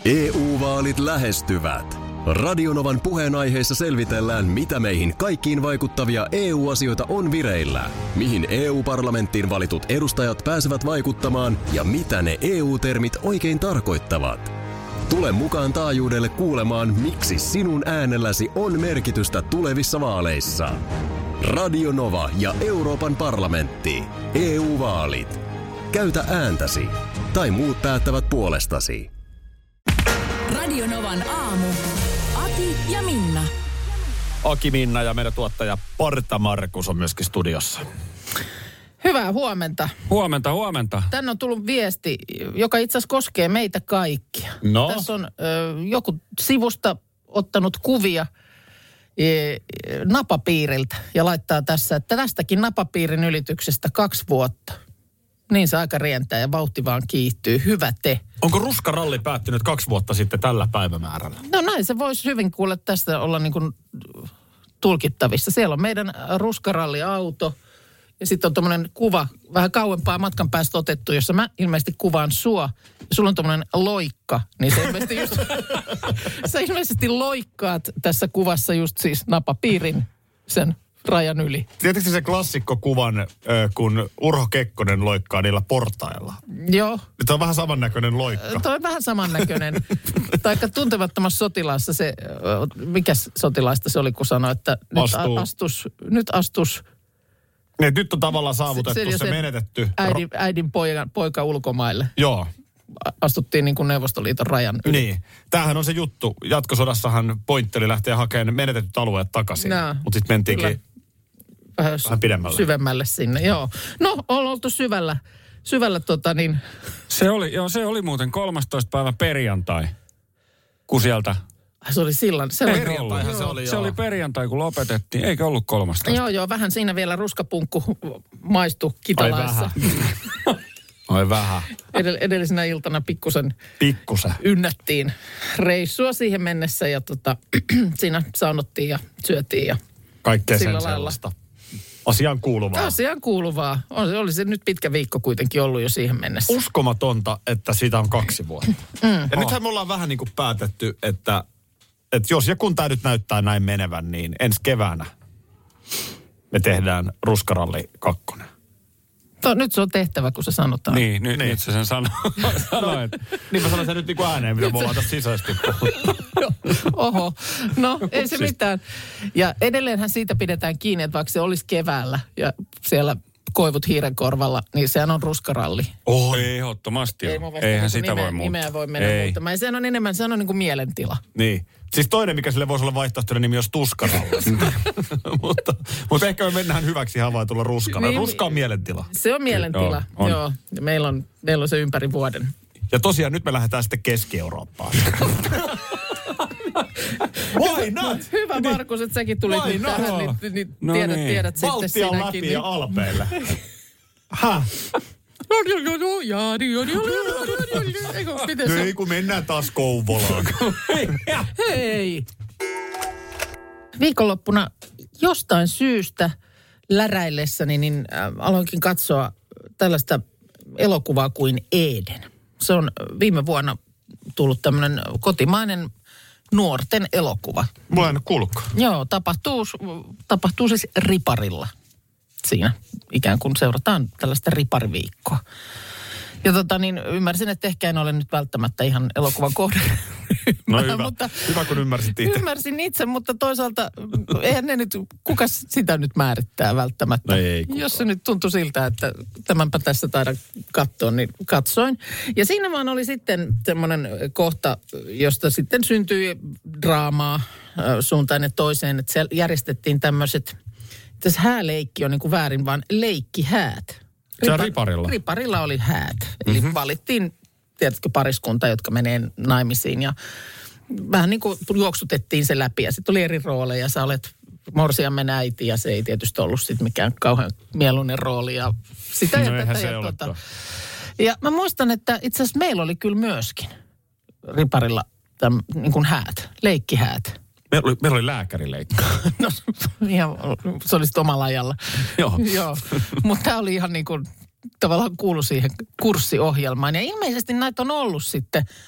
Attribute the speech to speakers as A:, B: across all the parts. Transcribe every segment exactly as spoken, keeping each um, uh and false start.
A: E U-vaalit lähestyvät. Radionovan puheenaiheessa selvitellään, mitä meihin kaikkiin vaikuttavia E U-asioita on vireillä, mihin E U-parlamenttiin valitut edustajat pääsevät vaikuttamaan ja mitä ne E U-termit oikein tarkoittavat. Tule mukaan taajuudelle kuulemaan, miksi sinun äänelläsi on merkitystä tulevissa vaaleissa. Radio Nova ja Euroopan parlamentti. E U-vaalit. Käytä ääntäsi. Tai muut päättävät puolestasi.
B: Radio Novan aamu. Ati ja Minna.
C: Aki, Minna ja meidän tuottaja Parta Markus on myöskin studiossa.
D: Hyvää huomenta.
C: Huomenta, huomenta.
D: Tänne on tullut viesti, joka itse asiassa koskee meitä kaikkia.
C: No?
D: Tässä on ö, joku sivusta ottanut kuvia e, napapiiriltä ja laittaa tässä, että tästäkin napapiirin ylityksestä kaksi vuotta. Niin se aika rientää ja vauhti vaan kiihtyy. Hyvä te.
C: Onko ruskaralli päättynyt kaksi vuotta sitten tällä päivämäärällä?
D: No näin se voisi hyvin kuulla tästä olla niin kuin tulkittavissa. Siellä on meidän ruskaralliauto ja sitten on tommoinen kuva vähän kauempaa matkan päästä otettu, jossa mä ilmeisesti kuvaan sua. Ja sulla on tommoinen loikka, niin se ilmeisesti just, sä ilmeisesti loikkaat tässä kuvassa just siis napapiirin sen rajan yli.
C: Tiedätkö se klassikkokuvan, kun Urho Kekkonen loikkaa niillä portailla?
D: Joo.
C: Nyt on vähän samannäköinen loikka.
D: Toi on vähän samannäköinen. Taikka tuntemattomassa sotilaassa se, mikäs sotilaista se oli, kun sanoi, että nyt
C: Astuu.
D: astus, nyt astus.
C: Niin, nyt on tavallaan saavutettu se, se, se menetetty.
D: Äidin, äidin poika, poika ulkomaille.
C: Joo.
D: Astuttiin niin kuin Neuvostoliiton rajan yli.
C: Niin. Tämähän on se juttu. Jatkosodassahan pointti oli lähteä hakemaan menetetyt alueet takaisin.
D: No,
C: mutta sitten mentiinkin
D: kyllä. Vähän,
C: vähän pidemmälle.
D: Syvemmälle sinne, joo. No, on oltu syvällä, syvällä tota niin.
E: Se oli, joo, se oli muuten kolmastoista päivä perjantai, kun sieltä...
D: Se oli sillan. Se
E: Eikö
D: oli,
E: ollut?
C: se oli,
E: Se
C: joo.
E: oli perjantai, kun lopetettiin. Eikä ollut kolmastoista.
D: Joo, joo, vähän siinä vielä ruskapunkku maistui kitalaissa.
C: Oi vähän.
D: Edell- edellisenä iltana pikkusen
C: Pikkusen.
D: ynnättiin reissua siihen mennessä ja tota, siinä saunottiin ja syötiin ja
C: Kaikkea
D: sillä
C: sen
D: lailla.
C: sellaista. Asiaan kuuluvaa.
D: Asiaan kuuluvaa. On, oli se nyt pitkä viikko kuitenkin ollut jo siihen mennessä.
C: Uskomatonta, että siitä on kaksi vuotta.
D: Mm.
C: Ja nythän me ollaan vähän niin kuin päätetty, että, että jos ja kun tämä nyt näyttää näin menevän, niin ensi keväänä me tehdään ruskaralli kakkonen.
D: To, nyt se on tehtävä, kun se sanotaan.
E: Niin, nyt, nyt se sen sanoo. Sanoin.
C: Niin mä sanon sen nyt niin kuin ääneen, mitä me ollaan tässä sisäisesti puhuttu.
D: Oho, no ei se mitään. Ja edelleenhän siitä pidetään kiinni, että vaikka se olisi keväällä ja siellä koivut hiiren korvalla, niin sehän on ruskaralli.
E: Oh, ehdottomasti
D: Ei
E: on.
D: mun mielestä
E: Eihän
D: niin
E: sitä
D: nimeä,
E: voi muuttaa.
D: nimeä voi mennä
E: Ei.
D: muuttamaan. Ja sehän on enemmän, sehän on niin kuin mielentila.
C: Niin. Siis toinen, mikä sille voisi olla vaihtoehtoinen nimi, olisi tuskaralli. mutta, mutta ehkä me mennään hyväksi havaitulla ruskana.
D: Niin,
C: Ruska on mielentila.
D: Se on mielentila,
E: Joo, on.
D: joo. Ja meillä on, meillä on se ympäri vuoden.
C: Ja tosiaan nyt me lähdetään sitten Keski-Eurooppaan. Why not?
D: Hyvä Markus, että säkin tulit
C: Vai
D: nyt
C: no?
D: tähän, niin, niin
E: No
D: tiedät,
E: niin.
D: tiedät sitten
C: Baltian
D: sinäkin.
C: läpi
D: Niin.
C: ja Alpeille. Häh?
D: Eikö, miten se
C: Ei kun mennään taas Kouvolaan.
D: Hei! Viikonloppuna jostain syystä läräillessäni, niin äh, aloinkin katsoa tällaista elokuvaa kuin Eden. Se on viime vuonna tullut tämmöinen kotimainen nuorten elokuva.
C: Mulla en kuullutkaan.
D: Joo, tapahtuu, tapahtuu siis riparilla siinä. Ikään kuin seurataan tällaista ripariviikkoa. Ja tota niin, ymmärsin, että ehkä en ole nyt välttämättä ihan elokuvan kohde.
C: No hyvä.
D: mutta
C: Hyvä, kun ymmärsit itse.
D: Ymmärsin itse, mutta toisaalta eihän ne nyt, kuka sitä nyt määrittää välttämättä.
C: No ei kukaan.
D: Jos se nyt tuntui siltä, että tämänpä tässä taida katsoa, niin katsoin. Ja siinä vaan oli sitten semmoinen kohta, josta sitten syntyi draamaa äh, suuntaan ja toiseen, että siellä järjestettiin tämmöiset, tässä hääleikki on niin kuin väärin, vaan leikkihäät.
C: Se on riparilla.
D: Riparilla oli häät. Eli mm-hmm. valittiin, tiedätkö, pariskunta, jotka menee naimisiin ja vähän niin kuin juoksutettiin se läpi ja sitten oli eri rooleja. Sä olet morsiamen äiti ja se ei tietysti ollut sitten mikään kauhean mieluinen rooli ja sitä
C: No
D: ja
C: eihän
D: tätä.
C: se
D: Ja,
C: olekaan.
D: ja mä muistan, että itse asiassa meillä oli kyllä myöskin riparilla täm, niin kuin häät, leikkihäät.
C: Meillä oli, meillä oli lääkärileikki.
D: No ihan, se oli sitten omalla ajalla.
C: Joo.
D: Joo, mutta tämä oli ihan niin kuin tavallaan kuulu siihen kurssiohjelmaan. Ja ilmeisesti näitä on ollut sitten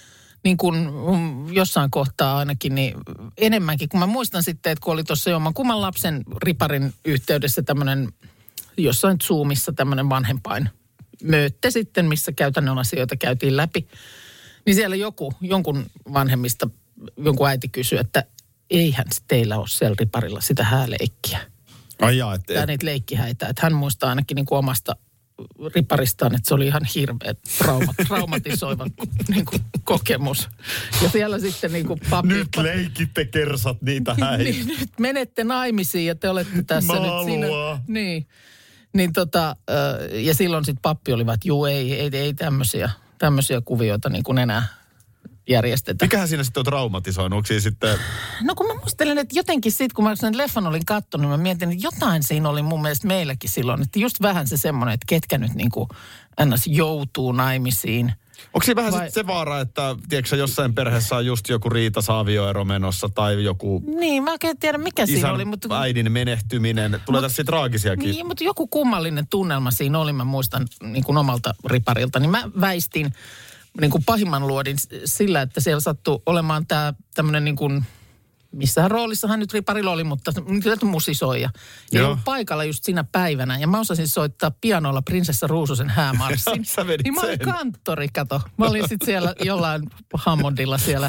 D: niin kuin mm, jossain kohtaa ainakin, niin enemmänkin. Kun mä muistan sitten, että kun oli tuossa jomman kumman lapsen riparin yhteydessä tämmöinen, jossain Zoomissa tämmöinen vanhempain möötte sitten, missä käytännön asioita käytiin läpi. Niin siellä joku, jonkun vanhemmista, jonkun äiti kysyi, että eihän teillä ole siellä riparilla sitä hääleikkiä.
C: Ai jaa, et,
D: Tai niitä leikkihäitä. Että hän muistaa ainakin niin kuin omasta riparistaan, että se oli ihan hirveä trauma, traumatisoiva niin kuin kokemus. Ja siellä sitten niin kuin papi...
C: Nyt leikitte kersat niitä häitä.
D: niin, nyt menette naimisiin ja te olette tässä
C: Mä
D: nyt siinä. Niin. Niin tota, ja silloin sitten pappi oli, että juu, ei, ei, ei tämmöisiä, tämmöisiä kuvioita niin kuin enää järjestetä.
C: Mikähän siinä sitten on traumatisoinut? Onko siinä sitten...
D: No kun mä muistelen, että jotenkin sitten, kun mä sen leffan olin katsonut, mä mietin, että jotain siinä oli mun mielestä meilläkin silloin. Että just vähän se semmoinen, että ketkä nyt niin kuin ns. Joutuu naimisiin.
C: Onko siinä vähän
D: Vai...
C: sit se vaara, että tiedätkö, jossain perheessä on just joku riita-saavioero menossa tai joku...
D: Niin, mä oikein tiedä mikä siinä oli. Mutta...
C: äidin menehtyminen. Tulee tässä sitten traagisiakin.
D: Niin, mutta joku kummallinen tunnelma siinä oli, mä muistan niin kuin omalta riparilta. Niin mä väistin niin kuin pahimman luodin sillä, että siellä sattui olemaan tämä tämmöinen niin kuin... Missähän roolissahan nyt riparilla oli, mutta kyllä musisoija. Ja
C: Joo.
D: ollut paikalla just siinä päivänä. Ja mä osasin soittaa pianolla Prinsessa Ruususen häämarssin.
C: Sä vedit
D: niin mä olin
C: sen.
D: kanttori, kato. Mä olin sitten siellä jollain Hammondilla siellä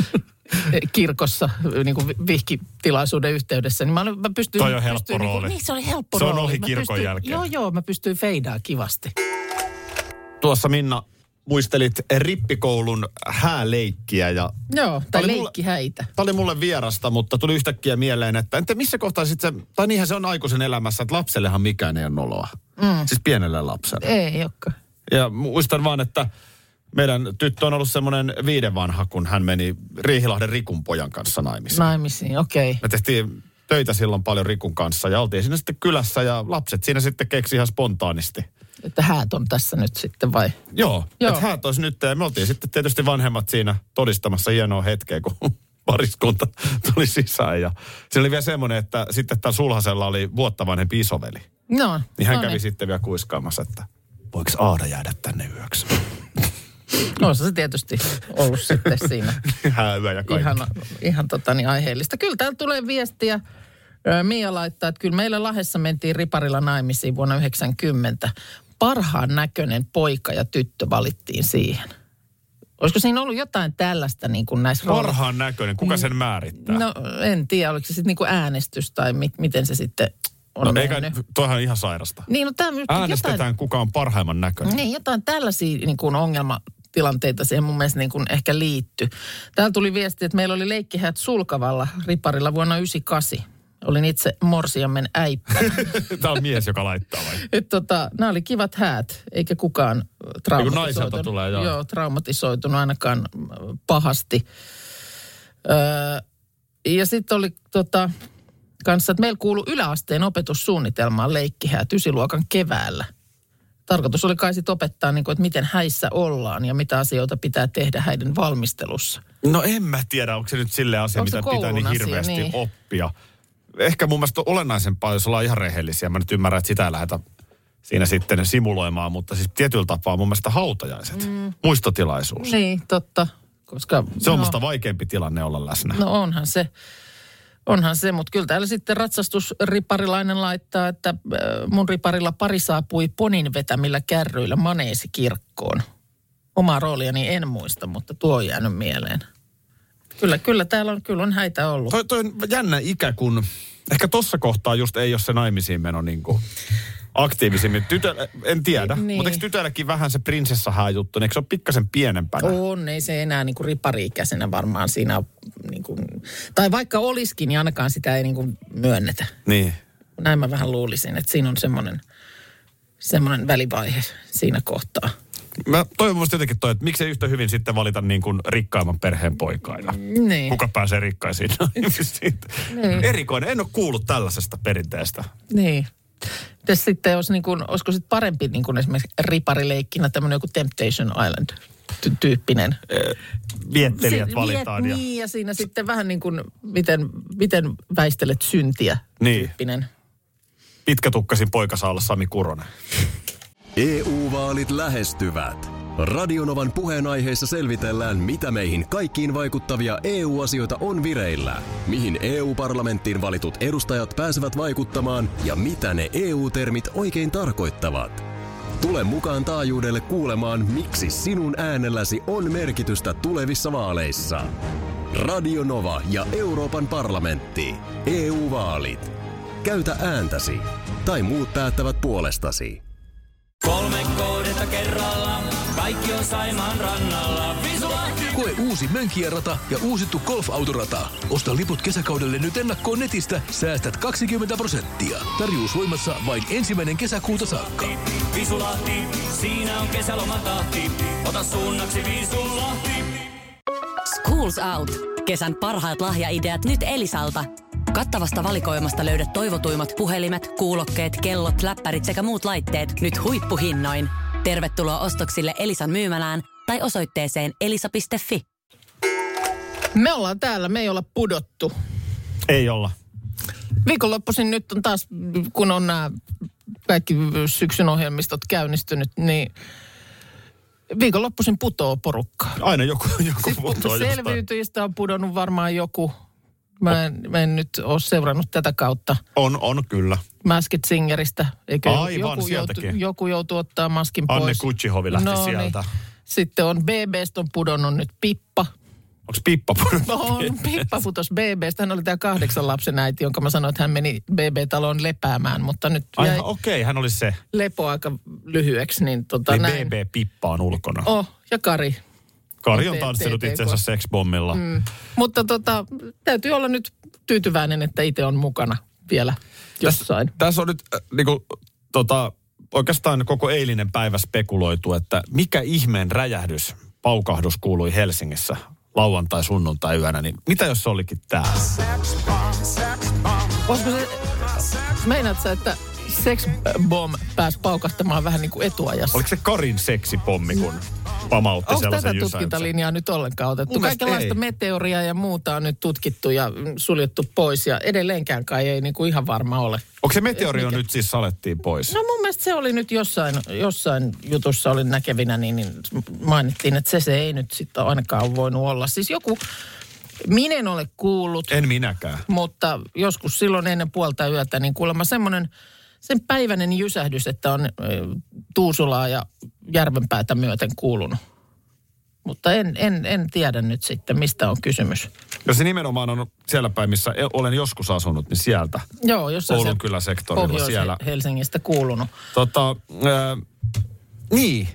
D: kirkossa niin kuin vihkitilaisuuden yhteydessä. Niin mä, olin, mä pystyin...
C: Toi on helppo
D: pystyin,
C: rooli.
D: Niin, niin, se oli helppo
C: Se on
D: rooli.
C: ohi
D: Mä
C: kirkon
D: pystyin,
C: jälkeen.
D: Joo, joo, mä pystyin feidaan kivasti.
C: Tuossa Minna muistelit rippikoulun hääleikkiä ja...
D: Joo, tai
C: oli mulle-
D: leikkihäitä.
C: Tämä oli mulle vierasta, mutta tuli yhtäkkiä mieleen, että en tiedä missä kohtaa sitten se... Tai niinhän se on aikuisen elämässä, että lapsellehan mikään ei ole noloa. Mm. Siis pienelle lapselle.
D: Ei olekaan.
C: Ja muistan vaan, että meidän tyttö on ollut semmoinen viiden vanha, kun hän meni Riihilahden Rikun pojan kanssa naimisiin.
D: Naimisiin, okei. Okay.
C: Me tehtiin töitä silloin paljon Rikun kanssa ja oltiin siinä sitten kylässä ja lapset siinä sitten keksi ihan spontaanisti.
D: Että häät on tässä nyt sitten vai?
C: Joo,
D: Joo.
C: että häät olisi nyt. Ja me oltiin sitten tietysti vanhemmat siinä todistamassa hienoa hetkeä, kun pariskunta tuli sisään. Ja siinä oli vielä semmoinen, että sitten tällä sulhasella oli vuotta vanhempi isoveli.
D: No,
C: Niin hän
D: no
C: kävi
D: niin.
C: sitten vielä kuiskaamassa, että voiko Aada jäädä tänne yöksi?
D: No se tietysti ollut sitten siinä.
C: Hääyä ja kaikki.
D: Ihan, ihan tota niin aiheellista. Kyllä täällä tulee viestiä. Ö, Mia laittaa, että kyllä meillä Lahdessa mentiin riparilla naimisiin vuonna yhdeksänkymmentä. Parhaan näköinen poika ja tyttö valittiin siihen. Olisiko siinä ollut jotain tällaista niin kuin näissä rooli-
C: Parhaan näköinen, kuka sen määrittää?
D: No en tiedä, oliko se sitten niin kuin äänestys tai mi- miten se sitten on
C: no eikä,
D: mennyt.
C: toihan on ihan sairasta.
D: Niin, no tämä
C: Äänestetään,
D: jotain,
C: kuka on parhaimman näköinen.
D: niin, jotain tällaisia niin kuin ongelmatilanteita siihen mun mielestä niin kuin ehkä liittyy. Täällä tuli viesti, että meillä oli leikkihäät Sulkavalla riparilla vuonna yhdeksänkymmentäkahdeksan. Olin itse morsiammen äippä.
C: Tämä on mies, joka laittaa vai?
D: Että tota, nämä oli kivat häät, eikä kukaan traumatisoitunut.
C: naiselta tulee, joo.
D: Joo, traumatisoitunut ainakaan äh, pahasti. Öö, ja sitten oli tota, kanssa, että meillä kuului yläasteen opetussuunnitelmaan leikkihäät ysiluokan keväällä. Tarkoitus oli kai sitten opettaa, niin kuin, että miten häissä ollaan ja mitä asioita pitää tehdä häiden valmistelussa.
C: No en mä tiedä, onko se nyt silleen asia,
D: Onko se
C: mitä pitää niin
D: koulun asia,
C: hirveästi
D: niin.
C: oppia. Ehkä mun mielestä on olennaisempaa, jos ollaan ihan rehellisiä. Mä nyt ymmärrän, että sitä ei lähdetä siinä sitten simuloimaan, mutta siis tietyllä tapaa mun mielestä hautajaiset. Mm. Muistotilaisuus.
D: Niin, totta. Koska,
C: Se on
D: no,
C: musta vaikeampi tilanne olla läsnä.
D: No onhan se. Onhan se, mutta kyllä täällä sitten ratsastusriparilainen laittaa, että äh, mun riparilla pari saapui ponin vetämillä kärryillä maneesikirkkoon. Omaa rooliani en muista, mutta tuo on jäänyt mieleen. Kyllä, kyllä täällä on, kyllä on häitä ollut.
C: Toi, toi on jännä ikä, kun ehkä tossa kohtaa just ei ole se naimisiin meno niin kuin aktiivisimmin. Tytö, en tiedä,
D: Niin.
C: mutta eikö tytölläkin vähän se prinsessahää juttu, niin eikö se ole pikkasen pienempänä?
D: On, ei se enää niin kuin ripari-ikäisenä varmaan siinä ole, niin kuin, tai vaikka olisikin, niin ainakaan sitä ei niin kuin myönnetä.
C: Niin.
D: Näin mä vähän luulisin, että siinä on semmoinen, semmoinen välivaihe siinä kohtaa.
C: Mä toivon musta jotenkin toi, että miksei yhtä hyvin sitten valita niin kuin rikkaimman perheen poikaa ja
D: Niin.
C: kuka pääsee rikkaisiin naimisiin.
D: Niin.
C: Erikoinen, en ole kuullut tällaisesta perinteestä.
D: Niin. Mites sitten, jos niin kuin, olisiko sitten parempi niin kuin esimerkiksi riparileikkinä tämmöinen joku Temptation Island-tyyppinen?
C: Viettelijät
D: Se-
C: valitaan.
D: viet-
C: Ja...
D: Niin, ja siinä sitten vähän niin kuin, miten, miten väistelet syntiä
C: Niin.
D: tyyppinen.
C: Pitkätukkasin poika saa olla Sami Kuronen.
A: E U-vaalit lähestyvät. Radionovan puheenaiheessa selvitellään, mitä meihin kaikkiin vaikuttavia E U-asioita on vireillä, mihin E U-parlamenttiin valitut edustajat pääsevät vaikuttamaan ja mitä ne E U-termit oikein tarkoittavat. Tule mukaan taajuudelle kuulemaan, miksi sinun äänelläsi on merkitystä tulevissa vaaleissa. Radio Nova ja Euroopan parlamentti. E U-vaalit. Käytä ääntäsi. Tai muut päättävät puolestasi.
F: Kolme kohdetta kerralla, kaikki on Saimaan rannalla. Visulahti!
G: Koe uusi Mönkijärata ja uusittu golfautorata. Osta liput kesäkaudelle nyt ennakkoon netistä, säästät kaksikymmentä prosenttia. Tarjous voimassa vain ensimmäinen kesäkuuta saakka.
F: Visulahti, siinä on kesälomatahti. Ota suunnaksi Visulahti.
H: Schools Out. Kesän parhaat lahjaideat nyt Elisalta. Kattavasta valikoimasta löydät toivotuimmat puhelimet, kuulokkeet, kellot, läppärit sekä muut laitteet nyt huippuhinnoin. Tervetuloa ostoksille Elisan myymälään tai osoitteeseen elisa piste fi.
D: Me ollaan täällä, me ei olla pudottu.
C: Ei olla.
D: Viikonloppuisin nyt on taas, kun on nämä kaikki syksyn ohjelmistot käynnistynyt, niin viikonloppuisin putoo porukkaa.
C: Aina joku, joku
D: siis
C: putoo
D: selviytyjistä on pudonnut varmaan joku. Mä en, mä en nyt ole seurannut tätä kautta.
C: On, on kyllä.
D: Masked Singeristä. Eikö
C: Aivan,
D: joku, joutu, joku joutuu ottaa maskin
C: Anne
D: pois.
C: Anne Kutsihovi lähti no, sieltä.
D: Niin. Sitten on B B:stä on pudonnut nyt Pippa.
C: Onko Pippa pudonnut?
D: No, Pippa putosi B B:stä. Hän oli tämä kahdeksan lapsen äiti, jonka mä sanoin, että hän meni B B-taloon lepäämään, mutta nyt
C: Ai,
D: jäi
C: okei, hän oli se.
D: lepo aika lyhyeksi. Niin, tota,
C: Eli
D: näin.
C: B B Pippa on ulkona.
D: Oh, ja Kari.
C: Kari on tanssinut itsensä seksbommilla.
D: Mm. Mutta tota, täytyy olla nyt tyytyväinen, että itse on mukana vielä jossain.
C: Tässä, tässä on nyt äh, niinku, tota, oikeastaan koko eilinen päivä spekuloitu, että mikä ihmeen räjähdys, paukahdus kuului Helsingissä lauantai-sunnuntai yönä, niin mitä jos se olikin tää?
D: Olisiko se, meinaat sä, että Sex Bomb pääsi paukahtamaan vähän niin kuin etuajassa?
C: Oliko se Karin seksipommi, kun pamautti
D: Onko
C: sellaisen
D: tätä
C: jysäyksen?
D: tutkintalinjaa nyt ollenkaan otettu?
C: Mun mielestä
D: Kaikenlaista
C: ei.
D: meteoria ja muuta on nyt tutkittu ja suljettu pois ja edelleenkään kai ei niin kuin ihan varma ole.
C: Onko se meteori on nyt siis salettiin pois?
D: No mun mielestä se oli nyt jossain, jossain jutussa olin näkevinä, niin, niin mainittiin, että se, se ei nyt sitten ainakaan ole voinut olla. Siis joku, minä en ole kuullut.
C: En minäkään.
D: Mutta joskus silloin ennen puolta yötä, niin kuulemma semmoinen sen päiväinen jysähdys, että on Tuusulaa ja Järvenpäätä myöten kuulunut. Mutta en, en, en tiedä nyt sitten, mistä on kysymys.
C: Ja se nimenomaan on siellä päin, missä olen joskus asunut, niin sieltä.
D: Joo, jossain
C: Oulun kyllä sektorilla siellä.
D: Helsingistä kuulunut.
C: Tota, äh, niin.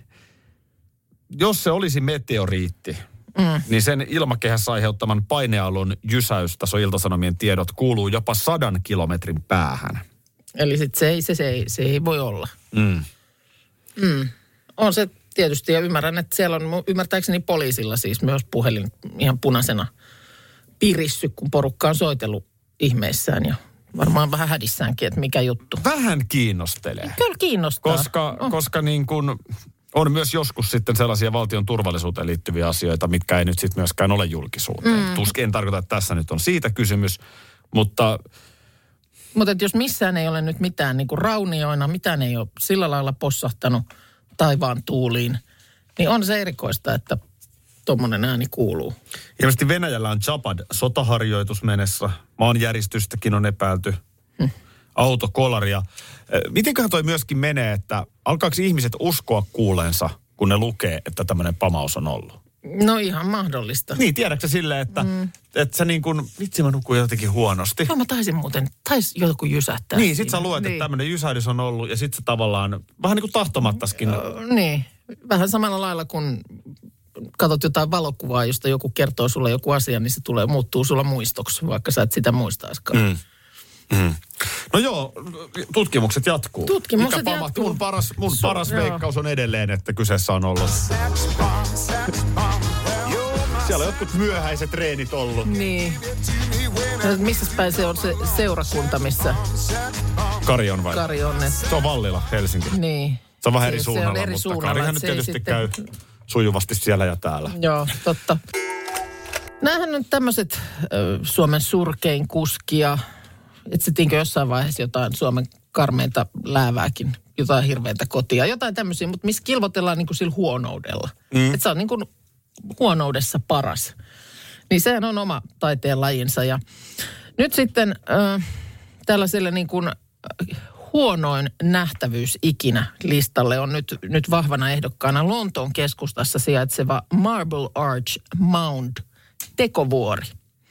C: Jos se olisi meteoriitti, mm. niin sen ilmakehässä aiheuttaman painealun jysäys, tässä on Ilta-Sanomien tiedot, kuuluu jopa sadan kilometrin päähän.
D: Eli sit se, ei, se, se, ei, se ei voi olla.
C: Mm.
D: Mm. On se tietysti, ja ymmärrän, että siellä on ymmärtääkseni poliisilla siis myös puhelin ihan punaisena pirissy, kun porukka on soitellut ihmeissään ja varmaan vähän hädissäänkin, että mikä juttu.
C: Vähän kiinnostelee.
D: Kyllä kiinnostaa.
C: Koska,
D: oh.
C: koska niin kuin on myös joskus sitten sellaisia valtion turvallisuuteen liittyviä asioita, mitkä ei nyt sitten myöskään ole julkisuuteen. Mm. Tuskin en tarkoita, että tässä nyt on siitä kysymys, mutta
D: Mutta jos missään ei ole nyt mitään niin kuin raunioina, mitään ei ole sillä lailla possahtanut taivaan tuuliin, niin on se erikoista, että tuommoinen ääni kuuluu.
C: Ilmeisesti Venäjällä on Japad-sotaharjoitus menessä. Maanjäristystäkin on epäilty. Hmm. Autokolaria. Mitenköhän toi myöskin menee, että alkaako ihmiset uskoa kuuleensa, kun ne lukee, että tämmöinen pamaus on ollut?
D: No ihan mahdollista.
C: Niin, tiedätkö silleen, että, mm. että sä niin kuin, vitsi mä nukuin jotenkin huonosti.
D: No mä taisin muuten, tais joku jysähtää.
C: Niin, sit sä luet, niin. että tämmöinen jysähdys on ollut ja sit sä tavallaan, vähän niin kuin tahtomattaskin.
D: Mm. Niin, vähän samalla lailla kun katsot jotain valokuvaa, josta joku kertoo sulle joku asia, niin se tulee, muuttuu sulla muistoksi, vaikka sä et sitä muistaiskaan. Mm.
C: Mm. No joo, tutkimukset jatkuu.
D: Tutkimukset
C: Mikä
D: jatkuu.
C: Mun paras, mun
D: Su-
C: paras
D: joo.
C: veikkaus on edelleen, että kyseessä on ollut. Siellä on jotkut myöhäiset treenit ollut.
D: Niin. No, missä päin se on se seurakunta, missä
C: Kari on vai?
D: Kari on? Et...
C: Se on Vallila, Helsinki.
D: Niin.
C: Se on vähän
D: Se-
C: eri
D: se
C: suunnalla,
D: on eri
C: mutta
D: suunnalla,
C: Karihan
D: että
C: nyt
D: se ei
C: tietysti
D: sitten-
C: käy sujuvasti siellä ja täällä.
D: Joo, totta. Nämähän on tämmöiset Suomen surkein kuskia. Etsittiinkö jossain vaiheessa jotain Suomen karmeinta läävääkin jotain hirveätä kotia, jotain tämmöisiä, mutta missä kilvotellaan niin kuin sillä huonoudella. Mm. Että se on niin kuin huonoudessa paras. Niin sehän on oma taiteen lajinsa. Ja nyt sitten äh, tällaiselle niin kuin huonoin nähtävyys ikinä listalle on nyt, nyt vahvana ehdokkaana Lontoon keskustassa sijaitseva Marble Arch Mound tekovuori.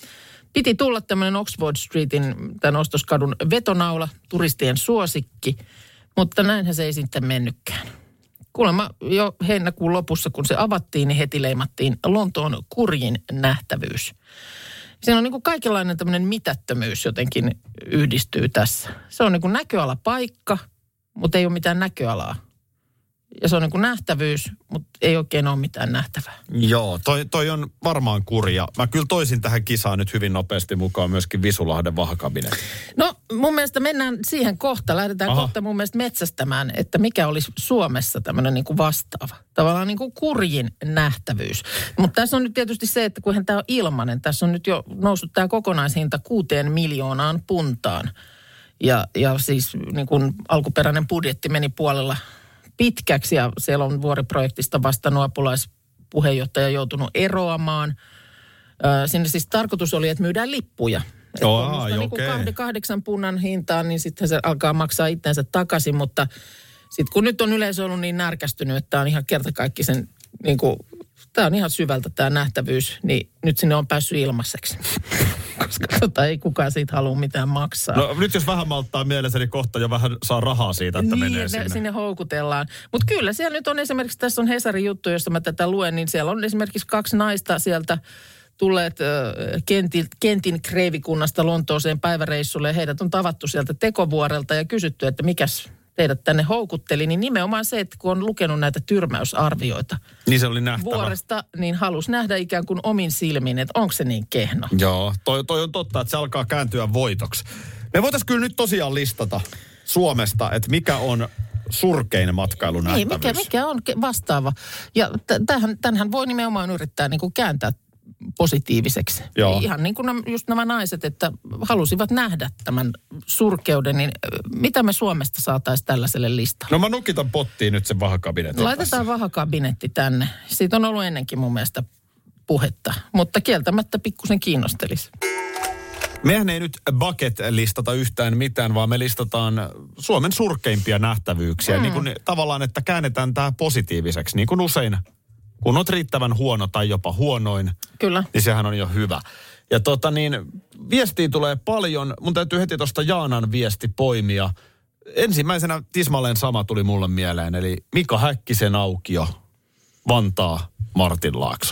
D: Piti tulla tämmöinen Oxford Streetin, tämän ostoskadun vetonaula, turistien suosikki, mutta näinhän se ei sitten mennytkään. Kuulemma jo heinäkuun lopussa, kun se avattiin, niin heti leimattiin Lontoon kurjin nähtävyys. Siinä on niin kuin kaikenlainen tämmöinen mitättömyys jotenkin yhdistyy tässä. Se on niin kuin näköalapaikka, mutta ei ole mitään näköalaa. Ja se on niin kuin nähtävyys, mutta ei oikein ole mitään nähtävää.
C: Joo, toi, toi on varmaan kurja. Mä kyllä toisin tähän kisaan nyt hyvin nopeasti mukaan myöskin Visulahden vahakabinetin.
D: No mun mielestä mennään siihen kohta. Lähdetään Aha. kohta mun mielestä metsästämään, että mikä olisi Suomessa tämmöinen niin kuin vastaava. Tavallaan niin kuin kurjin nähtävyys. Mutta tässä on nyt tietysti se, että kunhan tämä on ilmainen. Tässä on nyt jo noussut tämä kokonaishinta kuuteen miljoonaan puntaan. Ja, ja siis niin kuin alkuperäinen budjetti meni puolella pitkäksi ja siellä on vuoriprojektista vastannut apulaispuheenjohtaja joutunut eroamaan. Ö, sinne siis tarkoitus oli, että myydään lippuja.
C: Oh, aa,
D: niin
C: okei.
D: kahden, kahdeksan punnan hintaan, niin sitten se alkaa maksaa itsensä takaisin, mutta sitten kun nyt on yleisö ollut niin närkästynyt, että tämä on ihan kertakaikkisen, niin kuin, tämä on ihan syvältä tämä nähtävyys, niin nyt sinne on päässyt ilmaiseksi. Koska tota, ei kukaan siitä halua mitään maksaa.
C: No nyt jos vähän malttaa mielessä, niin kohta jo vähän saa rahaa siitä, että
D: niin,
C: menee
D: ne,
C: sinne.
D: sinne houkutellaan. Mutta kyllä siellä nyt on esimerkiksi, tässä on Hesarin juttu, jossa mä tätä luen, niin siellä on esimerkiksi kaksi naista sieltä tulleet äh, kentin, kentin kreivikunnasta Lontooseen päiväreissulle. Heidät on tavattu sieltä tekovuorelta ja kysytty, että mikäs teidät tänne houkutteli. Niin nimenomaan se, että kun on lukenut näitä tyrmäysarvioita
C: niin se oli nähtävä
D: vuoresta, niin halusi nähdä ikään kuin omin silmin, että onko se niin kehno.
C: Joo, toi, toi on totta, että se alkaa kääntyä voitoksi. Me voitaisiin kyllä nyt tosiaan listata Suomesta, että mikä on surkein matkailunähtävyys.
D: Niin, mikä, mikä on vastaava. Ja tämähän, tämänhän voi nimenomaan yrittää niin kuin kääntää positiiviseksi.
C: Joo.
D: Ihan niin kuin just nämä naiset, että halusivat nähdä tämän surkeuden, niin mitä me Suomesta saataisiin tällaiselle listalle?
C: No mä nukitan pottiin nyt sen vahakabinetin.
D: Laitetaan vahakabinetti tänne. Siitä on ollut ennenkin mun mielestä puhetta, mutta kieltämättä pikkusen kiinnostelisi.
C: Mehän ei nyt bucket listata yhtään mitään, vaan me listataan Suomen surkeimpia nähtävyyksiä. Mm. Niin kuin tavallaan, että käännetään tämä positiiviseksi, niin kuin usein. Kun olet riittävän huono tai jopa huonoin,
D: Kyllä.
C: niin sehän on jo hyvä. Ja tota niin, viestiä tulee paljon. Mun täytyy heti tuosta Jaanan viesti poimia. Ensimmäisenä tismalleen sama tuli mulle mieleen, eli Mika Häkkisen aukio, Vantaa, Martinlaakso.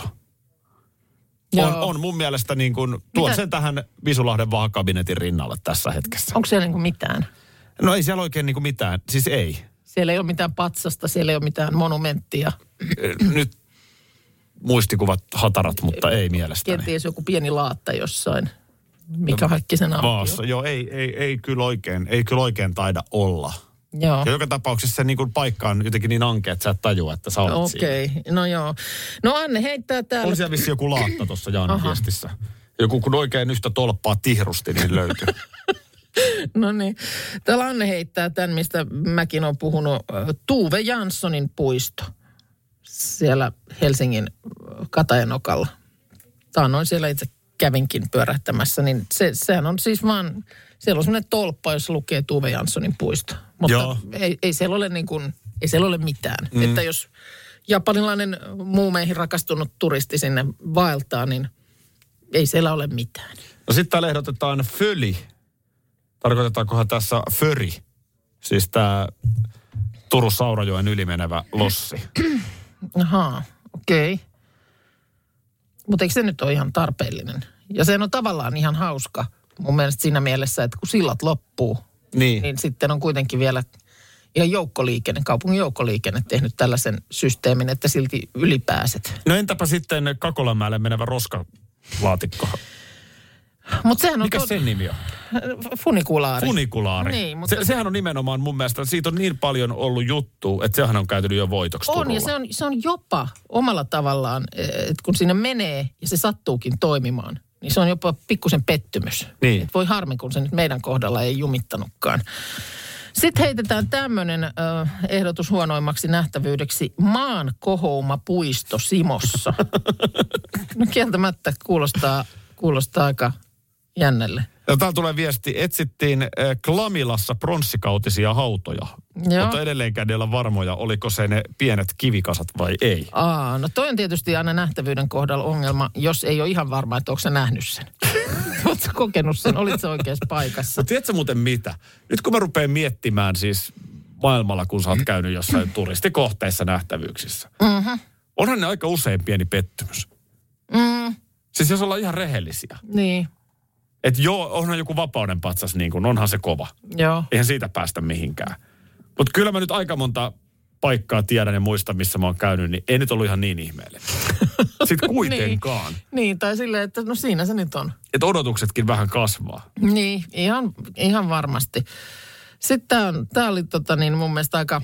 C: On, on mun mielestä niin kuin, tuon sen tähän Visulahden vahakabinetin rinnalle tässä hetkessä.
D: Onko siellä niin kuin mitään?
C: No ei siellä oikein niin kuin mitään, siis ei.
D: Siellä ei ole mitään patsasta, siellä ei ole mitään monumenttia.
C: Nyt muistikuvat hatarat, mutta ei mielestäni.
D: Kenties joku pieni laatta jossain. Mika Häkkisen aukio.
C: Vaassa. Joo, ei, ei, ei, kyllä oikein, ei kyllä oikein taida olla.
D: Joo.
C: Ja joka tapauksessa se niin kuin paikka on jotenkin niin ankea, että sä et tajua, että sä olet
D: Okei, okay. No joo. No Anne heittää täällä.
C: On siellä vissiin joku laatta tuossa Jaanan viestissä. Joku kun oikein yhtä tolppaa tihrusti, niin löytyy.
D: No niin. Täällä Anne heittää tämän, mistä mäkin olen puhunut. Tuve Janssonin puisto. Siellä Helsingin Katajanokalla. Taannoin siellä itse kävinkin pyörähtämässä, niin se, sehän on siis vaan, siellä on semmoinen tolppa, jossa lukee Tuve Janssonin puisto. Mutta ei, ei siellä ole niin kuin, ei siellä ole mitään. Mm. Että jos japanilainen muumeihin rakastunut turisti sinne vaeltaa, niin ei siellä ole mitään.
C: No sitten täällä ehdotetaan föli. Tarkoitetaankohan tässä föri? Siis tämä Turun Saurajoen ylimenevä lossi.
D: Ahaa, okei. Okay. Mutta eikö se nyt ole ihan tarpeellinen? Ja se on tavallaan ihan hauska mun mielestä siinä mielessä, että kun sillat loppuu,
C: niin,
D: niin sitten on kuitenkin vielä ihan joukkoliikenne, kaupungin joukkoliikenne tehnyt tällaisen systeemin, että silti ylipääset.
C: No entäpä sitten Kakolanmäelle menevä roskalaatikko?
D: Mut sehän on
C: Mikä
D: tuo...
C: sen nimi on?
D: Funikulaari.
C: Funikulaari.
D: Niin, mutta...
C: se, sehän on nimenomaan mun mielestä, siitä on niin paljon ollut juttu, että sehän on käytynyt jo voitoksi
D: On,
C: Turulla.
D: ja se on, se on jopa omalla tavallaan, että kun sinne menee ja se sattuukin toimimaan, niin se on jopa pikkusen pettymys.
C: Niin.
D: Et voi harmi, kun se nyt meidän kohdalla ei jumittanutkaan. Sitten heitetään tämmöinen äh, ehdotus huonoimmaksi nähtävyydeksi. Maan kohouma puisto Simossa. No kieltämättä kuulostaa, kuulostaa aika jännälle.
C: Ja täällä tulee viesti, etsittiin äh, Klamilassa pronssikautisia hautoja.
D: Joo.
C: Mutta edelleenkään ei olla varmoja, oliko se ne pienet kivikasat vai ei.
D: Aa, no toi on tietysti aina nähtävyyden kohdalla ongelma, jos ei ole ihan varma, että onko sä nähnyt sen. Oletko kokenut sen? Olitko sä oikeassa paikassa?
C: No tiedätkö muuten mitä? Nyt kun mä rupean miettimään siis maailmalla, kun sä oot käynyt jossain turistikohteissa nähtävyyksissä.
D: Mm-hmm.
C: Onhan ne aika usein pieni pettymys.
D: Mm.
C: Siis jos ollaan ihan rehellisiä.
D: Niin.
C: Että joo, onhan joku vapauden patsas niin kuin, onhan se kova.
D: Joo.
C: Eihän siitä päästä mihinkään. Mutta kyllä mä nyt aika monta paikkaa tiedän ja muista, missä mä oon käynyt, niin ei nyt ollut ihan niin ihmeellinen. Sitten kuitenkaan.
D: niin, niin, tai silleen, että no siinä se nyt on.
C: Että odotuksetkin vähän kasvaa.
D: Niin, ihan, ihan varmasti. Sitten tää, on, tää oli tota niin mun mielestä aika,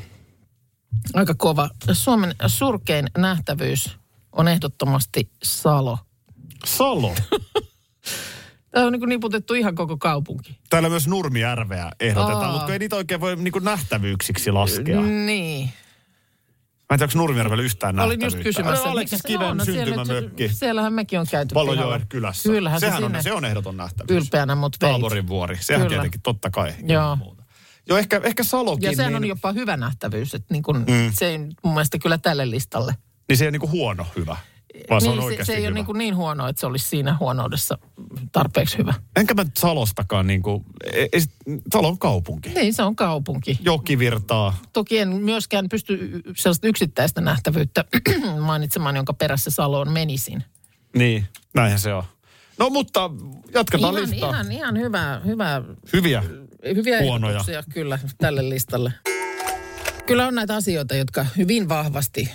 D: aika kova. Suomen surkein nähtävyys on ehdottomasti Salo.
C: Salo?
D: Tämä on niin kuin niputettu ihan koko kaupunki.
C: Täällä myös Nurmijärveä ehdotetaan,
D: Aa.
C: mutta ei niitä oikein voi niin kuin nähtävyyksiksi laskea.
D: Niin.
C: Mä en tiedä, onko Nurmijärvellä yhtään
D: Olin
C: nähtävyyttä.
D: just kysymässä.
C: No, Aleksis Kiven
D: no, siellä
C: syntymämökki.
D: nyt- Siellähän mekin on käyty.
C: Valojoen
D: pihalla.
C: kylässä.
D: Kyllähän
C: Sehän
D: se
C: on,
D: sinne
C: se on ehdoton nähtävyys.
D: ylpeänä mut veit.
C: Taaborin vuori. Sehän
D: Kyllä.
C: tietenkin, totta kai.
D: Joo.
C: Muuta. Joo, ehkä, ehkä Salokin.
D: Ja sehän
C: niin,
D: on jopa hyvä nähtävyys, että niin kun,
C: Mm.
D: se ei mun mielestä kyllä tälle listalle.
C: Niin se ei ole niin kuin huono hyvä, vaan se on
D: niin, se,
C: oikeasti
D: se ei
C: hyvä.
D: ole niin, kuin niin huonoa, että se olisi siinä huonoudessa tarpeeksi hyvä.
C: Enkä mä nyt Salostakaan niin kuin, ei, ei, Salo on kaupunki.
D: Niin, se on kaupunki.
C: Joki virtaa.
D: Toki en myöskään pysty sellaista yksittäistä nähtävyyttä mainitsemaan, jonka perässä Saloon menisin.
C: Niin, näinhän se on. No mutta jatketaan
D: Ihan,
C: listaa.
D: ihan, ihan hyvä, hyvä,
C: Hyviä.
D: hyviä
C: Huonoja.
D: ehdotuksia kyllä tälle listalle. Kyllä on näitä asioita, jotka hyvin vahvasti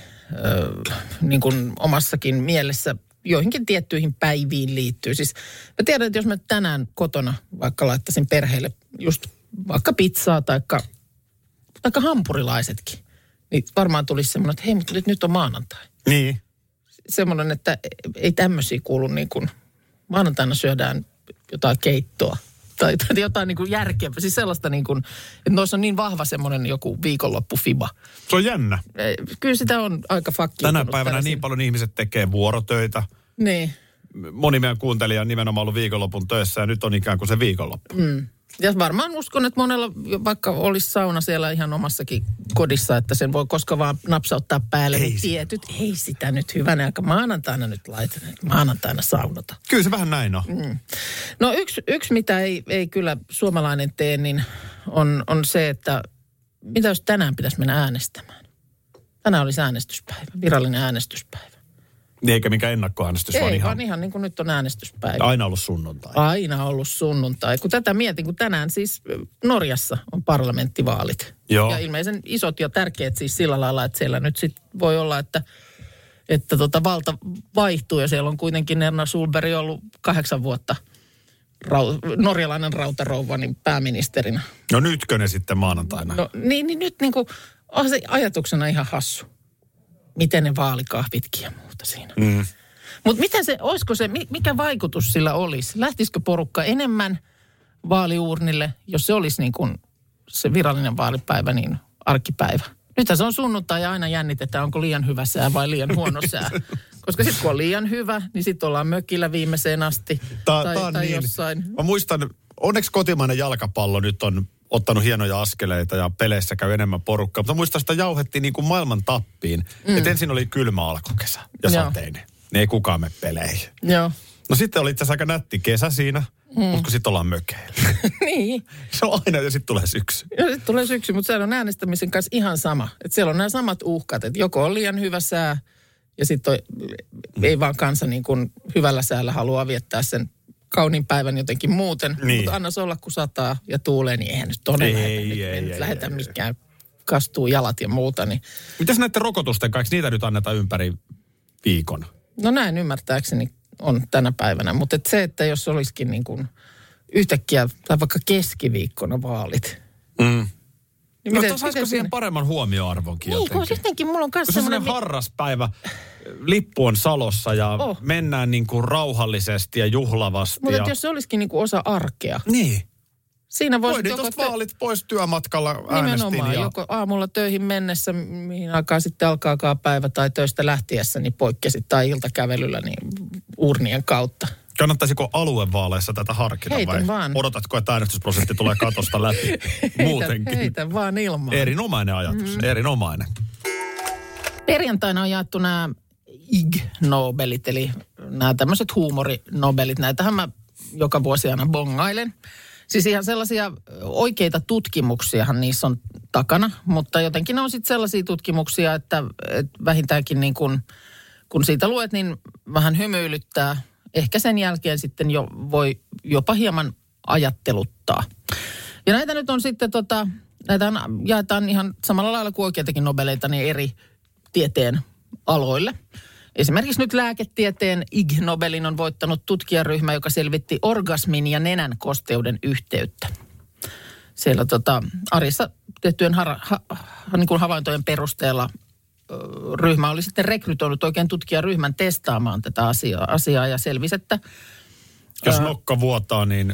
D: ö, niin kuin omassakin mielessä joihinkin tiettyihin päiviin liittyy. Siis mä tiedän, että jos mä tänään kotona vaikka laittaisin perheelle just vaikka pizzaa taikka, taikka hampurilaisetkin, niin varmaan tulisi semmoinen, että hei, mutta nyt, nyt on maanantai.
C: Niin.
D: Semmoinen, että ei tämmöisiä kuulu niin kuin, maanantaina syödään jotain keittoa. Tai, tai jotain niin kuin järkeä. Siis sellaista niin kuin, että noissa on niin vahva semmoinen joku viikonloppufiba.
C: Se on jännä.
D: Kyllä sitä on aika fakkiutunut.
C: Tänä päivänä
D: tällaisiin.
C: niin paljon ihmiset tekee vuorotöitä.
D: Niin.
C: Moni meidän kuuntelija on nimenomaan ollut viikonlopun töissä ja nyt on ikään kuin se viikonloppu.
D: Mm. Ja varmaan uskon, että monella, vaikka olisi sauna siellä ihan omassakin kodissa, että sen voi koska vaan napsauttaa päälle.
C: Ei
D: Ei
C: sitä.
D: tietyt, ei sitä nyt hyvänä aika maanantaina nyt laitetaan, maanantaina saunota.
C: Kyllä se vähän näin on.
D: Mm. No yksi, yksi mitä ei, ei kyllä suomalainen tee, niin on, on se, että mitä jos tänään pitäisi mennä äänestämään? Tänään olisi äänestyspäivä, virallinen äänestyspäivä.
C: Niin eikä mikään ennakkoäänestys,
D: Ei,
C: vaan ihan
D: vaan ihan niin kuin nyt on äänestyspäivä.
C: aina ollut sunnuntai.
D: Aina ollut sunnuntai. Kun tätä mietin, kun tänään siis Norjassa on parlamenttivaalit.
C: Joo.
D: Ja ilmeisen isot ja tärkeät siis sillä lailla, että siellä nyt sit voi olla, että, että tota valta vaihtuu. Ja siellä on kuitenkin Erna Solberg ollut kahdeksan vuotta rau, norjalainen rautarouva niin pääministerinä.
C: No nytkö ne sitten maanantaina?
D: No niin, niin nyt niin kuin, on se ajatuksena ihan hassu. Miten ne vaalikahvitkin ja muuta siinä.
C: Mm.
D: Mutta miten se, olisiko se, mikä vaikutus sillä olisi? Lähtisikö porukka enemmän vaaliuurnille, jos se olisi niin kuin se virallinen vaalipäivä, niin arkipäivä? Nythän se on sunnuntai ja aina jännitetään, onko liian hyvä sää vai liian huono sää. Koska sitten kun on liian hyvä, niin sitten ollaan mökillä viimeiseen asti.
C: Tää,
D: tai
C: tää on
D: tai
C: niin.
D: jossain.
C: Mä muistan, onneksi kotimainen jalkapallo nyt on ottanut hienoja askeleita ja peleissä käy enemmän porukkaa. Mutta muistan, sitä jauhettiin niin kuin maailman tappiin. Mm. Että ensin oli kylmä alkukesä ja
D: Joo.
C: sateinen. Niin ei kukaan mene peleihin.
D: Joo.
C: No sitten oli itse asiassa aika nätti kesä siinä, mm. mutta kun sitten ollaan mökeillä.
D: niin.
C: Se on aina ja sitten tulee syksy.
D: Ja sitten tulee syksy, mutta se on äänestämisen kanssa ihan sama. Että siellä on nämä samat uhkat, että joko on liian hyvä sää ja sitten ei vaan kansa niin kuin hyvällä säällä haluaa viettää sen kauniin päivän jotenkin muuten.
C: Niin.
D: Mutta anna se olla, kun sataa ja tuulee, niin eihän nyt todella,
C: Ei,
D: että nyt
C: ei,
D: me
C: ei,
D: nyt
C: ei,
D: lähdetä
C: ei,
D: mikään kastuu jalat ja muuta. Niin.
C: Mitäs näiden rokotusten kanssa? Niitä nyt annetaan ympäri viikon.
D: No näin ymmärtääkseni on tänä päivänä, mutta et se, että jos olisikin niin kuin yhtäkkiä tai vaikka keskiviikkona vaalit.
C: Mm.
D: Niin
C: No
D: miten-
C: tuossa
D: miten
C: siihen
D: siinä-
C: paremman huomioarvonkin
D: Niin, kun
C: jotenkin.
D: jotenkin mulla on myös
C: Kun se on
D: semmoinen...
C: sellainen harraspäivä, lippu on Salossa ja
D: Oh.
C: mennään niin kuin rauhallisesti ja juhlavasti.
D: Mutta
C: ja...
D: jos se olisikin niin kuin osa arkea,
C: Niin.
D: Siinä voisi
C: Voidin tuosta vaalit pois työmatkalla äänestin.
D: Nimenomaan,
C: Ja...
D: joko aamulla töihin mennessä, mihin aikaan sitten alkaakaan päivä, tai töistä lähtiessä, niin poikkesit, tai iltakävelyllä, niin urnien kautta.
C: Kannattaisiko aluevaaleissa tätä harkita
D: Heitän
C: vai
D: vaan.
C: Odotatko, että äänestysprosentti tulee katosta läpi muutenkin?
D: Heitän, heitän vaan ilmaan.
C: Erinomainen ajatus, mm. erinomainen.
D: Perjantaina on jaettu nämä Ig Nobelit, eli nämä tämmöiset huumorinobelit. Näitähän mä joka vuosi aina bongailen. Siis ihan sellaisia oikeita tutkimuksiahan niissä on takana, mutta jotenkin ne on sitten sellaisia tutkimuksia, että, että vähintäänkin niin kun, kun siitä luet, niin vähän hymyilyttää. Ehkä sen jälkeen sitten jo voi jopa hieman ajatteluttaa. Ja näitä nyt on sitten, tota, näitä jaetaan ihan samalla lailla kuin oikeitakin nobeleita, niin eri tieteen aloille. Esimerkiksi nyt lääketieteen Ig Nobelin on voittanut tutkijaryhmä, joka selvitti orgasmin ja nenän kosteuden yhteyttä. Siellä tota, arjessa tehtyjen hara, ha, niin kuin havaintojen perusteella ö, ryhmä oli sitten rekrytoinut oikein tutkijaryhmän testaamaan tätä asiaa, asiaa ja selvisi, että...
C: Jos
D: ö,
C: nokka vuotaa, niin...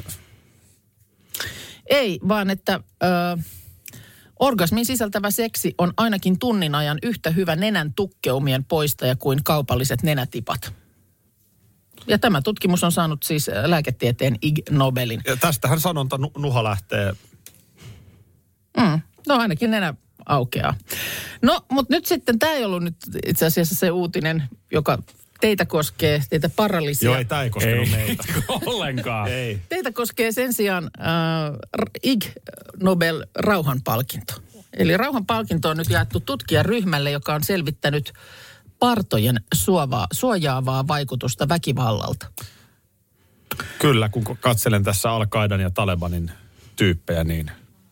D: Ei, vaan että... Ö, Orgasmin sisältävä seksi on ainakin tunnin ajan yhtä hyvä nenän tukkeumien poistaja kuin kaupalliset nenätipat. Ja tämä tutkimus on saanut siis lääketieteen Ig Nobelin.
C: Ja tästähän sanonta nuha lähtee.
D: Mm, no ainakin nenä aukeaa. No, mutta nyt sitten tämä ei ollut nyt itse asiassa se uutinen, joka teitä koskee, teitä paralysia.
C: Joo, ei tämä ei koskenut
E: Ei.
C: meitä.
E: Ollenkaan.
C: Ei.
D: Teitä koskee sen sijaan äh, Ig Nobel rauhanpalkinto. Eli rauhanpalkinto on nyt jaettu tutkijaryhmälle, joka on selvittänyt partojen suovaa, suojaavaa vaikutusta väkivallalta.
C: Kyllä, kun katselen tässä Al-Qaidan ja Talebanin tyyppejä, niin...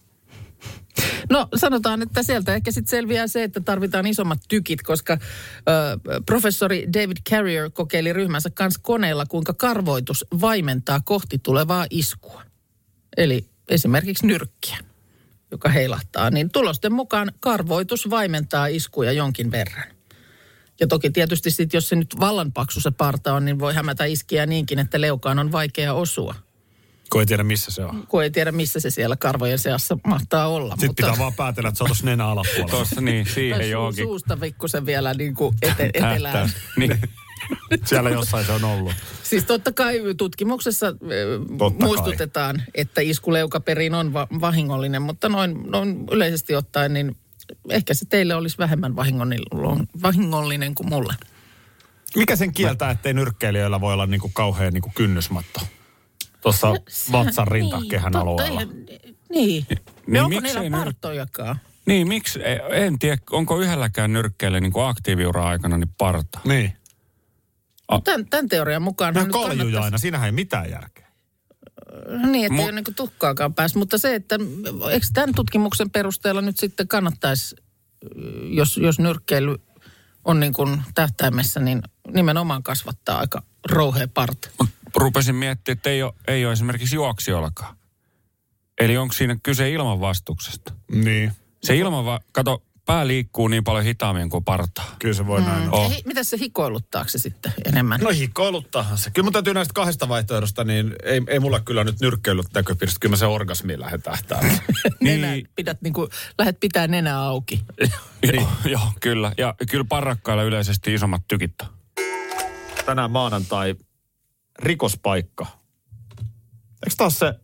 D: No sanotaan, että sieltä ehkä sitten selviää se, että tarvitaan isommat tykit, koska ö, professori David Carrier kokeili ryhmänsä kanssa koneella, kuinka karvoitus vaimentaa kohti tulevaa iskua. Eli esimerkiksi nyrkkiä, joka heilahtaa. Niin tulosten mukaan karvoitus vaimentaa iskuja jonkin verran. Ja toki tietysti sitten, jos se nyt vallanpaksu se parta on, niin voi hämätä iskiä niinkin, että leukaan on vaikea osua.
C: Kun ei tiedä, missä se on.
D: Kun ei tiedä, missä se siellä karvojen seassa mahtaa olla.
C: Sitten
D: mutta...
C: pitää vaan päätellä, että se on tuossa nenä alapuolella.
E: Tuossa niin, siihen
D: Tai
E: johonkin.
D: suusta pikkusen vielä niin kuin ete, etelään.
E: Tähtää. Niin.
C: Siellä jossain se on ollut.
D: Siis totta kai tutkimuksessa äh,
C: Totta
D: muistutetaan, kai. että isku leukaperin on va- vahingollinen, mutta noin, noin yleisesti ottaen, niin ehkä se teille olisi vähemmän vahingollinen kuin mulle.
C: Mikä sen kieltää, ettei nyrkkeilijöillä voi olla niinku kauhean niinku kynnysmatto? Tuossa vatsan rintakehän
D: niin,
C: alueella.
D: Totta, niin.
E: Niin
D: niin onko
E: miksei
D: niillä
E: nyr-
D: partojakaan?
E: Niin, miksi? En tiedä, onko yhdelläkään nyrkkeellä niin kuin aktiiviura-aikana niin parta.
C: Niin.
D: No, tämän, tämän teorian mukaan...
C: No kaljuja aina, siinähän ei mitään järkeä.
D: Niin, että
E: Mut-
D: ei ole niin kuin tukkaakaan päässä. Mutta se, että eikö tämän tutkimuksen perusteella nyt sitten kannattaisi, jos, jos nyrkkeily on niin kuin tähtäimessä, niin nimenomaan kasvattaa aika rouhea parta.
E: Mut rupesin miettimään, että ei ole, ei ole esimerkiksi juoksijoillakaan. Eli onko siinä kyse ilmanvastuksesta?
C: Niin.
E: Se ilmanva... Kato, pää liikkuu niin paljon hitaammin kuin partaa.
C: Kyllä se voi mm. näin olla.
E: Oh.
D: Hi, mitä se hikoiluttaako se sitten enemmän?
C: No hikoiluttahan se. Kyllä mun täytyy näistä kahdesta vaihtoehdosta, niin ei, ei mulla kyllä nyt nyrkkeilyt näköpiiristä. Kyllä mä se orgasmiin lähden tähtäämään.
D: Nenä,
E: niin.
D: pidät niin kuin, lähdet pitää nenää auki.
E: Joo, joo, kyllä. Ja kyllä parrakkailla yleisesti isommat tykit on.
C: Tänään maanantai rikospaikka. Eikö taas se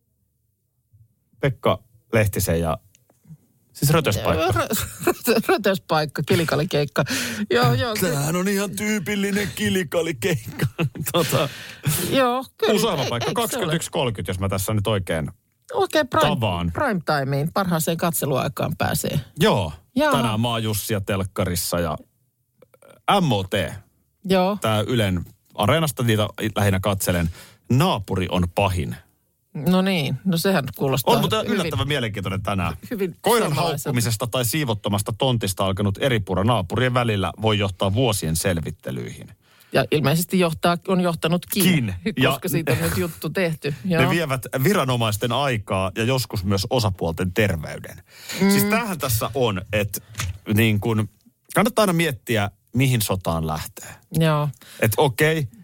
C: Pekka Lehtisen ja siis rötöspaikka?
D: Rö- Rötöspaikka, kilikalikeikka. Joo, joo. ky-
C: Tämähän on ihan tyypillinen kilikalikeikka. tota,
D: Joo, kyllä.
C: Useava
D: Ei-
C: paikka,
D: eikö se ole?
C: kaksikymmentäyksi kolmekymmentä, jos mä tässä nyt oikein.
D: Oikein prime,
C: Tavaan.
D: prime timeen, parhaaseen katseluaikaan pääsee.
C: Joo,
D: Jaa.
C: tänään mä oon Jussia telkkarissa ja M O T,
D: Joo.
C: tää Ylen Areenasta niitä lähinnä katselen. Naapuri on pahin.
D: No niin, no sehän kuulostaa
C: On mutta
D: hyvin.
C: yllättävän mielenkiintoinen tänään.
D: hyvin
C: Koiran
D: suomalaiselta.
C: haukkumisesta tai siivottomasta tontista alkanut eripura naapurien välillä voi johtaa vuosien selvittelyihin.
D: Ja ilmeisesti johtaa, on johtanutkin,
C: Kin. Ja-
D: koska siitä on nyt juttu tehty. Joo.
C: Ne vievät viranomaisten aikaa ja joskus myös osapuolten terveyden. Mm. Siis tämähän tässä on, että niin kun, kannattaa aina miettiä, mihin sotaan lähtee.
D: Joo.
C: Että okei,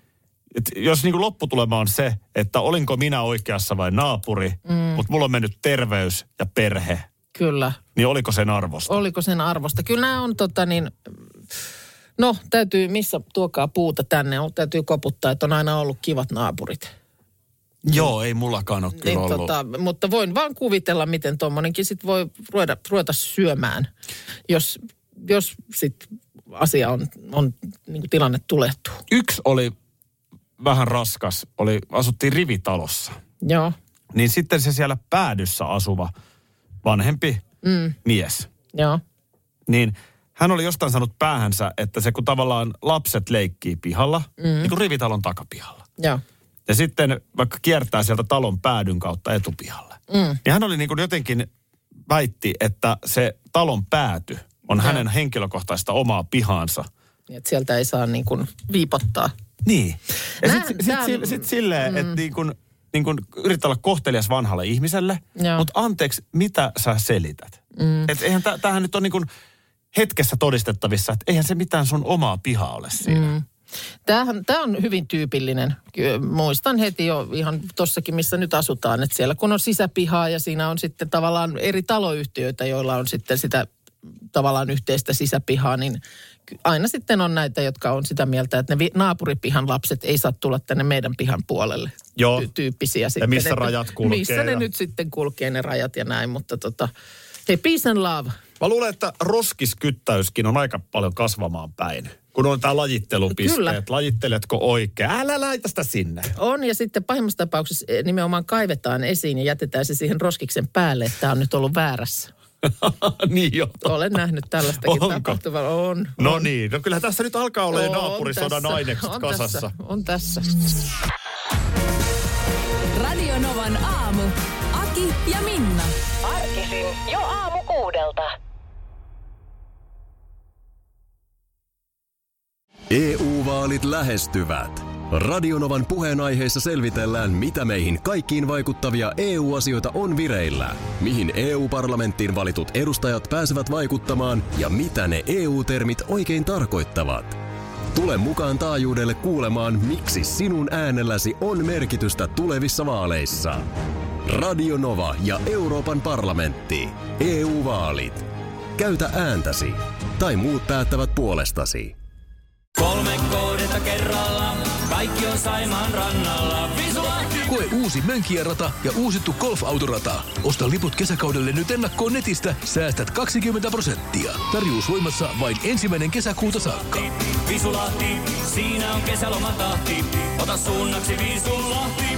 C: Et jos niin kuin lopputulema on se, että olinko minä oikeassa vai naapuri, mm. mutta mulla on mennyt terveys ja perhe.
D: Kyllä.
C: Niin oliko sen arvosta?
D: Oliko sen arvosta? Kyllä nämä on tota niin, no täytyy, missä tuokaa puuta tänne, on, täytyy koputtaa, että on aina ollut kivat naapurit.
C: Joo, ei mullakaan ole kyllä
D: niin,
C: ollut.
D: Tota, mutta voin vaan kuvitella, miten tuommoinenkin sit voi ruveta, ruveta syömään, jos, jos sit asia on, on niin kuin tilanne tulehtuu.
C: Yksi oli vähän raskas, oli, asuttiin rivitalossa.
D: Joo.
C: Niin sitten se siellä päädyssä asuva vanhempi mm. mies.
D: Joo.
C: Niin hän oli jostain saanut päähänsä, että se kun tavallaan lapset leikkii pihalla, mm. niin kuin rivitalon takapihalla.
D: Joo.
C: Ja sitten vaikka kiertää sieltä talon päädyn kautta etupihalle. Mm. Niin hän oli niin kuin jotenkin väitti, että se talon pääty on ja. hänen henkilökohtaista omaa pihaansa.
D: Että sieltä ei saa niin kuin viipottaa.
C: Niin. Ja
D: Nää,
C: sitten sit, sit, sit silleen, mm. että niin kuin, niin kuin yrittää olla kohtelias vanhalle ihmiselle, Joo. mutta anteeksi, mitä sä selität? Mm. Että eihän t- tämähän nyt on niin kuin hetkessä todistettavissa, että eihän se mitään sun omaa pihaa ole siinä. Mm.
D: Tämähän, tämä on hyvin tyypillinen. Muistan heti jo ihan tossakin, missä nyt asutaan, että siellä kun on sisäpihaa ja siinä on sitten tavallaan eri taloyhtiöitä, joilla on sitten sitä tavallaan yhteistä sisäpihaa, niin aina sitten on näitä, jotka on sitä mieltä, että ne naapuripihan lapset ei saa tulla tänne meidän pihan puolelle.
C: Joo.
D: Ty- tyyppisiä sitten.
C: Ja missä
D: että,
C: rajat kulkee.
D: Missä ne ja... nyt sitten kulkee ne rajat ja näin, mutta tota, hei, peace and love.
C: Mä luulen, että roskiskyttäyskin on aika paljon kasvamaan päin. Kun on tämä lajittelupisteet. Kyllä. Lajitteletko oikein? Älä laita sitä sinne.
D: On, ja sitten pahimmassa tapauksessa nimenomaan kaivetaan esiin ja jätetään se siihen roskiksen päälle, että tämä on nyt ollut väärässä.
C: Niin jo.
D: Olen nähnyt tällaistakin tapahtuvaa. On.
C: No
D: on.
C: niin, no kyllä tässä nyt alkaa olla
D: on
C: naapurisodan
D: tässä.
C: ainekset
D: on
C: kasassa.
D: Tässä. On tässä.
B: Radio Novan aamu. Aki ja Minna.
H: Arkisin jo aamu kuudelta.
A: E U-vaalit lähestyvät. Radionovan puheenaiheessa selvitellään, mitä meihin kaikkiin vaikuttavia E U-asioita on vireillä, mihin E U-parlamenttiin valitut edustajat pääsevät vaikuttamaan ja mitä ne E U-termit oikein tarkoittavat. Tule mukaan taajuudelle kuulemaan, miksi sinun äänelläsi on merkitystä tulevissa vaaleissa. Radio Nova ja Euroopan parlamentti. E U-vaalit. Käytä ääntäsi. Tai muut päättävät puolestasi.
F: Kolme kohdetta kerralla, kaikki on Saimaan rannalla. Visulahti!
G: Koe uusi Mönkijärata ja uusittu golfautorata. Osta liput kesäkaudelle nyt ennakkoon netistä, säästät kaksikymmentä prosenttia. Tarjous voimassa vain ensimmäinen kesäkuuta saakka.
F: Visulahti, siinä on kesälomatahti. Ota suunnaksi Visulahti.